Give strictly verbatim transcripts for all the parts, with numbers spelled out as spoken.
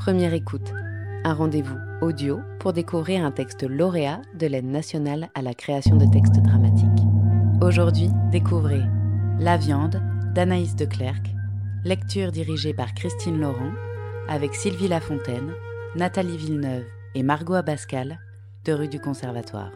Première écoute, un rendez-vous audio pour découvrir un texte lauréat de l'aide nationale à la création de textes dramatiques. Aujourd'hui, découvrez La viande d'Anaïs de Clercq, lecture dirigée par Christine Laurent, avec Sylvie Lafontaine, Nathalie Villeneuve et Margot Abascal, de rue du Conservatoire.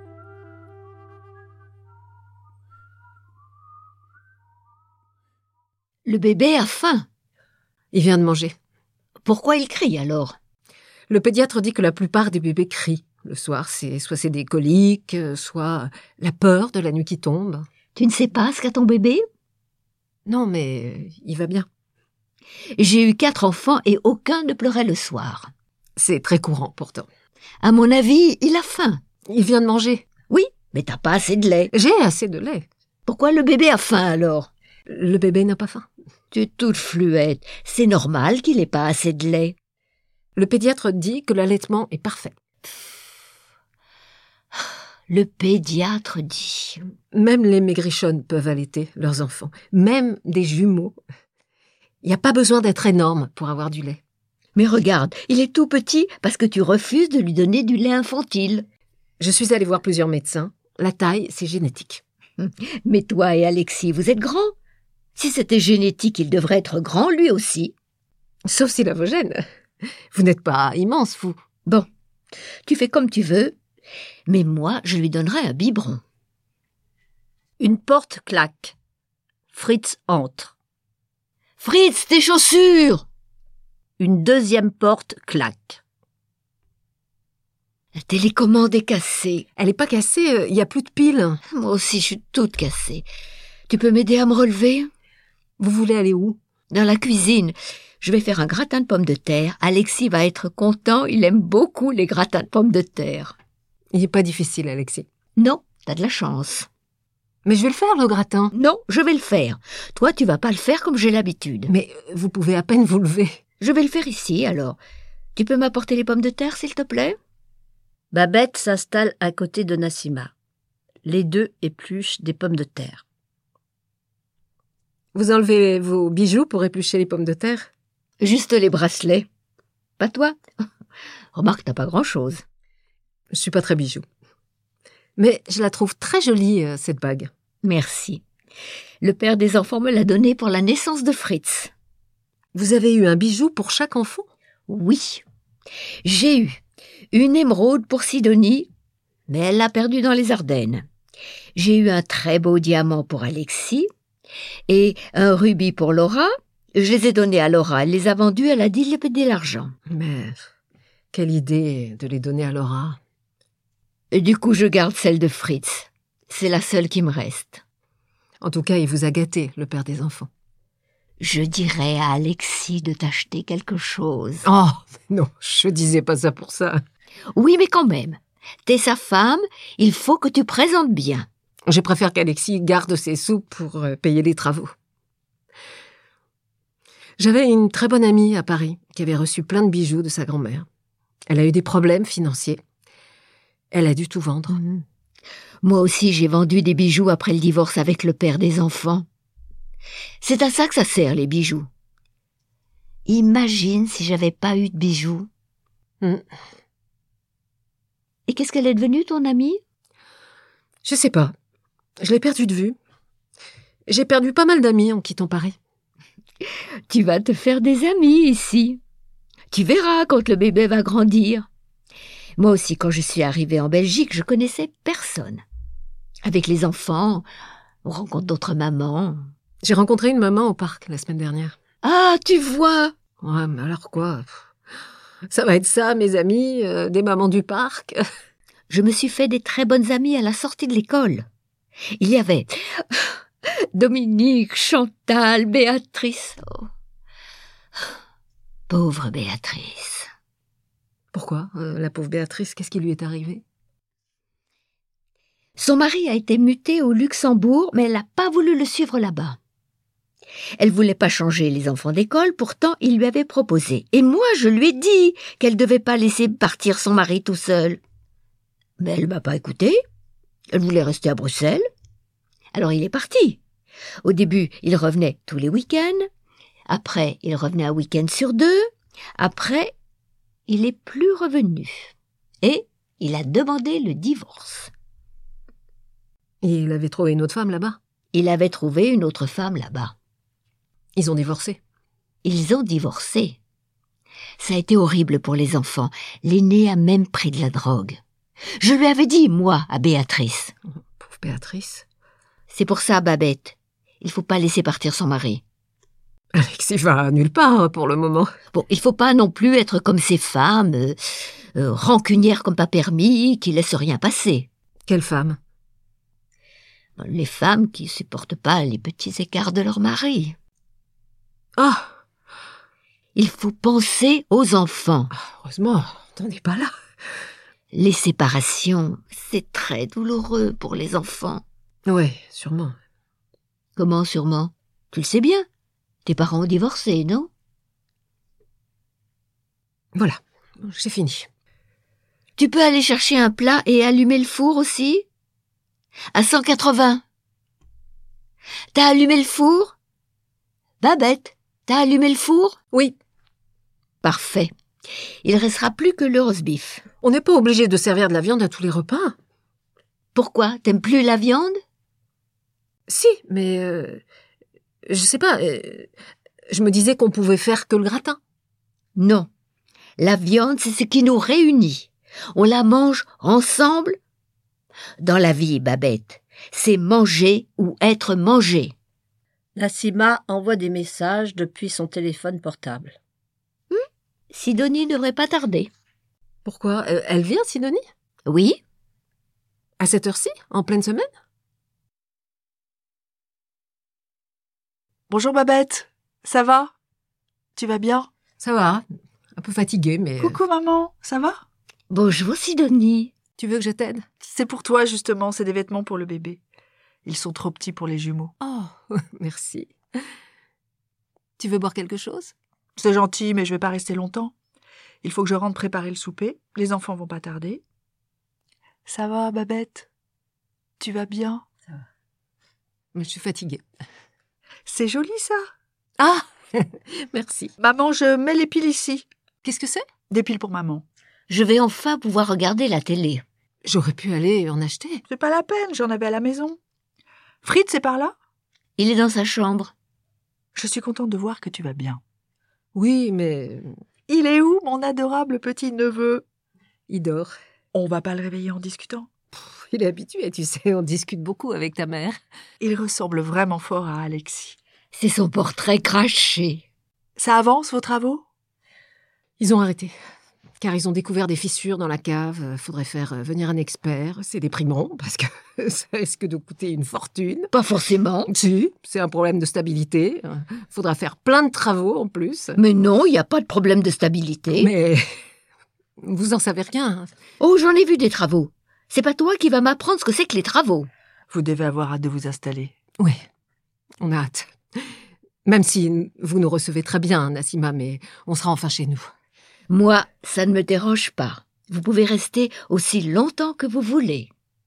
Le bébé a faim. Il vient de manger. Pourquoi il crie alors? Le pédiatre dit que la plupart des bébés crient. Le soir, c'est soit c'est des coliques, soit la peur de la nuit qui tombe. Tu ne sais pas ce qu'a ton bébé? Non, mais il va bien. J'ai eu quatre enfants et aucun ne pleurait le soir. C'est très courant pourtant. À mon avis, il a faim. Il vient de manger. Oui, mais t'as pas assez de lait. J'ai assez de lait. Pourquoi le bébé a faim alors? Le bébé n'a pas faim. Tu es toute fluette. C'est normal qu'il n'ait pas assez de lait. Le pédiatre dit que l'allaitement est parfait. Le pédiatre dit. Même les maigrichonnes peuvent allaiter leurs enfants. Même des jumeaux. Il n'y a pas besoin d'être énorme pour avoir du lait. Mais regarde, il est tout petit parce que tu refuses de lui donner du lait infantile. Je suis allée voir plusieurs médecins. La taille, c'est génétique. Mais toi et Alexis, vous êtes grands. Si c'était génétique, il devrait être grand lui aussi. Sauf s'il a vos gènes. Vous n'êtes pas immense, vous. Bon, tu fais comme tu veux, mais moi, je lui donnerai un biberon. Une porte claque. Fritz entre. Fritz, tes chaussures! Une deuxième porte claque. La télécommande est cassée. Elle n'est pas cassée, il n'y a plus de piles. Moi aussi, je suis toute cassée. Tu peux m'aider à me relever? Vous voulez aller où? Dans la cuisine. Je vais faire un gratin de pommes de terre. Alexis va être content, il aime beaucoup les gratins de pommes de terre. Il n'est pas difficile, Alexis. Non, t'as de la chance. Mais je vais le faire, le gratin. Non, je vais le faire. Toi, tu vas pas le faire comme j'ai l'habitude. Mais vous pouvez à peine vous lever. Je vais le faire ici, alors. Tu peux m'apporter les pommes de terre, s'il te plaît? Babette s'installe à côté de Nassima. Les deux épluchent des pommes de terre. Vous enlevez vos bijoux pour éplucher les pommes de terre? Juste les bracelets. Pas toi? Remarque, t'as pas grand-chose. Je suis pas très bijou. Mais je la trouve très jolie, cette bague. Merci. Le père des enfants me l'a donnée pour la naissance de Fritz. Vous avez eu un bijou pour chaque enfant? Oui. J'ai eu une émeraude pour Sidonie, mais elle l'a perdue dans les Ardennes. J'ai eu un très beau diamant pour Alexis et un rubis pour Laura. Je les ai donnés à Laura. Elle les a vendus, elle a dilapidé l'argent. Mais quelle idée de les donner à Laura. Et du coup, je garde celle de Fritz. C'est la seule qui me reste. En tout cas, il vous a gâté, le père des enfants. Je dirais à Alexis de t'acheter quelque chose. Oh, non, je disais pas ça pour ça. Oui, mais quand même. T'es sa femme, il faut que tu présentes bien. Je préfère qu'Alexis garde ses sous pour payer les travaux. J'avais une très bonne amie à Paris qui avait reçu plein de bijoux de sa grand-mère. Elle a eu des problèmes financiers. Elle a dû tout vendre. Mmh. Moi aussi, j'ai vendu des bijoux après le divorce avec le père des enfants. C'est à ça que ça sert, les bijoux. Imagine si j'avais pas eu de bijoux. Mmh. Et qu'est-ce qu'elle est devenue, ton amie? Je sais pas. Je l'ai perdue de vue. J'ai perdu pas mal d'amis en quittant Paris. Tu vas te faire des amis ici. Tu verras quand le bébé va grandir. Moi aussi, quand je suis arrivée en Belgique, je connaissais personne. Avec les enfants, on rencontre d'autres mamans. J'ai rencontré une maman au parc la semaine dernière. Ah, tu vois! Ouais, mais alors quoi? Ça va être ça, mes amis, euh, des mamans du parc. Je me suis fait des très bonnes amies à la sortie de l'école. Il y avait Dominique, Chantal, Béatrice. Oh. Pauvre Béatrice. Pourquoi, euh, la pauvre Béatrice, qu'est-ce qui lui est arrivé? Son mari a été muté au Luxembourg, mais elle n'a pas voulu le suivre là-bas. Elle voulait pas changer les enfants d'école, pourtant il lui avait proposé. Et moi, je lui ai dit qu'elle devait pas laisser partir son mari tout seul. Mais elle m'a pas écouté. Elle voulait rester à Bruxelles. Alors il est parti. Au début, il revenait tous les week-ends. Après, il revenait un week-end sur deux. Après, il n'est plus revenu. Et il a demandé le divorce. Il avait trouvé une autre femme là-bas. Il avait trouvé une autre femme là-bas. Ils ont divorcé. Ils ont divorcé. Ça a été horrible pour les enfants. L'aîné a même pris de la drogue. Je lui avais dit, moi, à Béatrice. Pauvre Béatrice. C'est pour ça, Babette. Il faut pas laisser partir son mari. Alexis va nulle part pour le moment. Bon, il faut pas non plus être comme ces femmes, euh, euh, rancunières comme pas permis, qui laissent rien passer. Quelle femme? Les femmes qui supportent pas les petits écarts de leur mari. Ah! Il faut penser aux enfants. Heureusement, t'en es pas là. Les séparations, c'est très douloureux pour les enfants. Ouais, sûrement. Comment sûrement? Tu le sais bien. Tes parents ont divorcé, non? Voilà, j'ai fini. Tu peux aller chercher un plat et allumer le four aussi? À cent quatre-vingts. T'as allumé le four? Babette, t'as allumé le four? Oui. Parfait. Il restera plus que le roast beef. On n'est pas obligé de servir de la viande à tous les repas. Pourquoi? T'aimes plus la viande? Si, mais... Euh, je sais pas, euh, je me disais qu'on pouvait faire que le gratin. Non. La viande, c'est ce qui nous réunit. On la mange ensemble. Dans la vie, Babette, c'est manger ou être mangé. Nassima envoie des messages depuis son téléphone portable. Hum, Sidonie ne devrait pas tarder. Pourquoi? euh, Elle vient, Sidonie? Oui? À cette heure-ci? En pleine semaine? Bonjour Babette, ça va? Tu vas bien? Ça va, un peu fatiguée, mais... Coucou maman, ça va? Bonjour Sidonie. Tu veux que je t'aide? C'est pour toi justement, c'est des vêtements pour le bébé. Ils sont trop petits pour les jumeaux. Oh, merci. Tu veux boire quelque chose? C'est gentil, mais je vais pas rester longtemps. Il faut que je rentre préparer le souper, les enfants vont pas tarder. Ça va Babette? Tu vas bien? Ça va. Mais je suis fatiguée. C'est joli ça. Ah, merci. Maman, je mets les piles ici. Qu'est-ce que c'est? Des piles pour maman. Je vais enfin pouvoir regarder la télé. J'aurais pu aller en acheter. C'est pas la peine, j'en avais à la maison. Fritz, c'est par là? Il est dans sa chambre. Je suis contente de voir que tu vas bien. Oui, mais... Il est où, mon adorable petit neveu? Il dort. On va pas le réveiller en discutant. Pff, il est habitué, tu sais, on discute beaucoup avec ta mère. Il ressemble vraiment fort à Alexis. C'est son portrait craché. Ça avance, vos travaux? Ils ont arrêté, car ils ont découvert des fissures dans la cave. Faudrait faire venir un expert. C'est déprimant, parce que ça risque de coûter une fortune. Pas forcément. Si, c'est un problème de stabilité. Faudra faire plein de travaux en plus. Mais non, il n'y a pas de problème de stabilité. Mais vous en savez rien. Oh, j'en ai vu des travaux. C'est pas toi qui vas m'apprendre ce que c'est que les travaux. Vous devez avoir hâte de vous installer. Oui, on a hâte. Même si vous nous recevez très bien, Nassima, mais on sera enfin chez nous. Moi, ça ne me dérange pas. Vous pouvez rester aussi longtemps que vous voulez.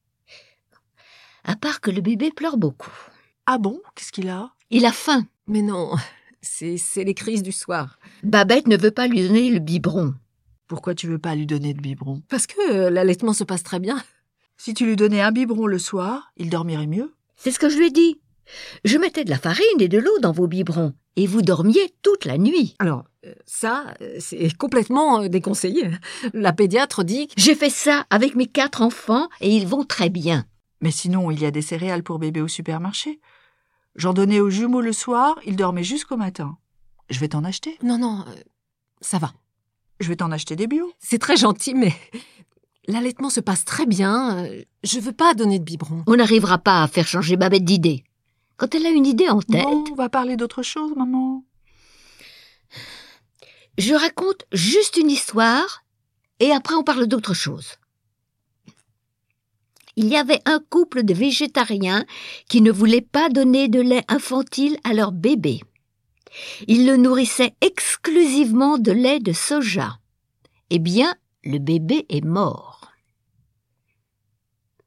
À part que le bébé pleure beaucoup. Ah bon? Qu'est-ce qu'il a? Il a faim. Mais non, c'est, c'est les crises du soir. Babette ne veut pas lui donner le biberon. Pourquoi tu veux pas lui donner de biberon? Parce que l'allaitement se passe très bien. Si tu lui donnais un biberon le soir, il dormirait mieux. C'est ce que je lui ai dit. Je mettais de la farine et de l'eau dans vos biberons, et vous dormiez toute la nuit. Alors, ça, c'est complètement déconseillé. La pédiatre dit... J'ai fait ça avec mes quatre enfants, et ils vont très bien. Mais sinon, il y a des céréales pour bébé au supermarché. J'en donnais aux jumeaux le soir, ils dormaient jusqu'au matin. Je vais t'en acheter. Non, non, ça va. Je vais t'en acheter des bio. C'est très gentil, mais l'allaitement se passe très bien. Je veux pas donner de biberon. On n'arrivera pas à faire changer Babette d'idée. Quand elle a une idée en tête... Bon, on va parler d'autre chose, maman. Je raconte juste une histoire, et après on parle d'autre chose. Il y avait un couple de végétariens qui ne voulaient pas donner de lait infantile à leur bébé. Ils le nourrissaient exclusivement de lait de soja. Eh bien, le bébé est mort.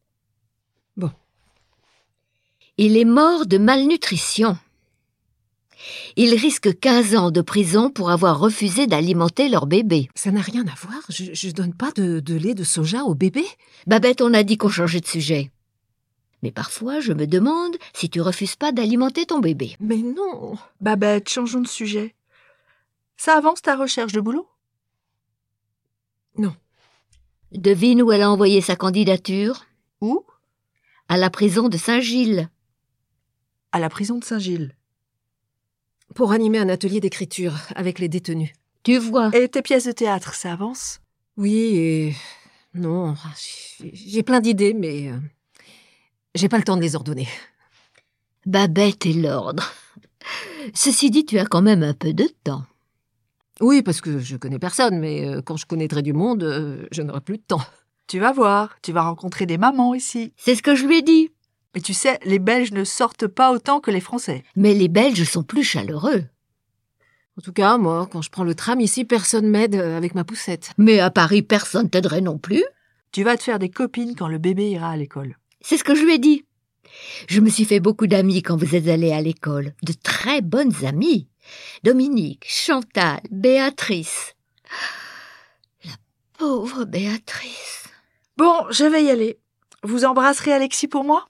Bon. Il est mort de malnutrition. Ils risquent quinze ans de prison pour avoir refusé d'alimenter leur bébé. Ça n'a rien à voir. Je, je donne pas de, de lait de soja au bébé. Babette, on a dit qu'on changeait de sujet. Mais parfois, je me demande si tu refuses pas d'alimenter ton bébé. Mais non. Babette, changeons de sujet. Ça avance ta recherche de boulot? Non. Devine où elle a envoyé sa candidature? Où? À la prison de Saint-Gilles. À la prison de Saint-Gilles. Pour animer un atelier d'écriture avec les détenus. Tu vois. Et tes pièces de théâtre, ça avance? Oui et... Non, j'ai- j'ai plein d'idées, mais... euh, j'ai pas le temps de les ordonner. Babette et l'ordre. Ceci dit, tu as quand même un peu de temps. Oui, parce que je connais personne, mais euh, quand je connaîtrai du monde, euh, je n'aurai plus de temps. Tu vas voir, tu vas rencontrer des mamans ici. C'est ce que je lui ai dit. Et tu sais, les Belges ne sortent pas autant que les Français. Mais les Belges sont plus chaleureux. En tout cas, moi, quand je prends le tram ici, personne m'aide euh, avec ma poussette. Mais à Paris, personne t'aiderait non plus. Tu vas te faire des copines quand le bébé ira à l'école. C'est ce que je lui ai dit. Je me suis fait beaucoup d'amis quand vous êtes allés à l'école. De très bonnes amies. Dominique, Chantal, Béatrice. La pauvre Béatrice. Bon, je vais y aller. Vous embrasserez Alexis pour moi?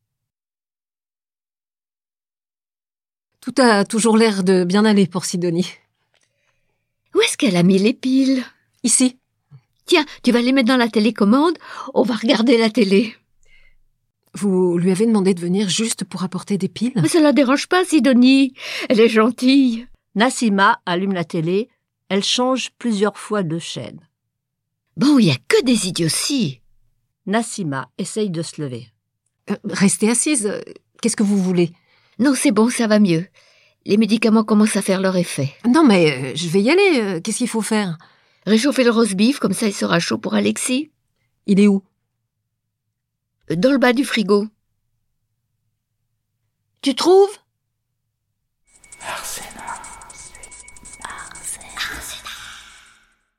Tout a toujours l'air de bien aller pour Sidonie. Où est-ce qu'elle a mis les piles? Ici. Tiens, tu vas les mettre dans la télécommande. On va regarder la télé. Vous lui avez demandé de venir juste pour apporter des piles? Mais ça la dérange pas, Sidonie. Elle est gentille. Nassima allume la télé. Elle change plusieurs fois de chaîne. Bon, il y a que des idioties. Nassima essaye de se lever. Euh, restez assise. Qu'est-ce que vous voulez? Non, c'est bon, ça va mieux. Les médicaments commencent à faire leur effet. Non, mais euh, je vais y aller. euh, Qu'est-ce qu'il faut faire? Réchauffer le roast beef, comme ça il sera chaud pour Alexis. Il est où? Dans le bas du frigo. Tu trouves?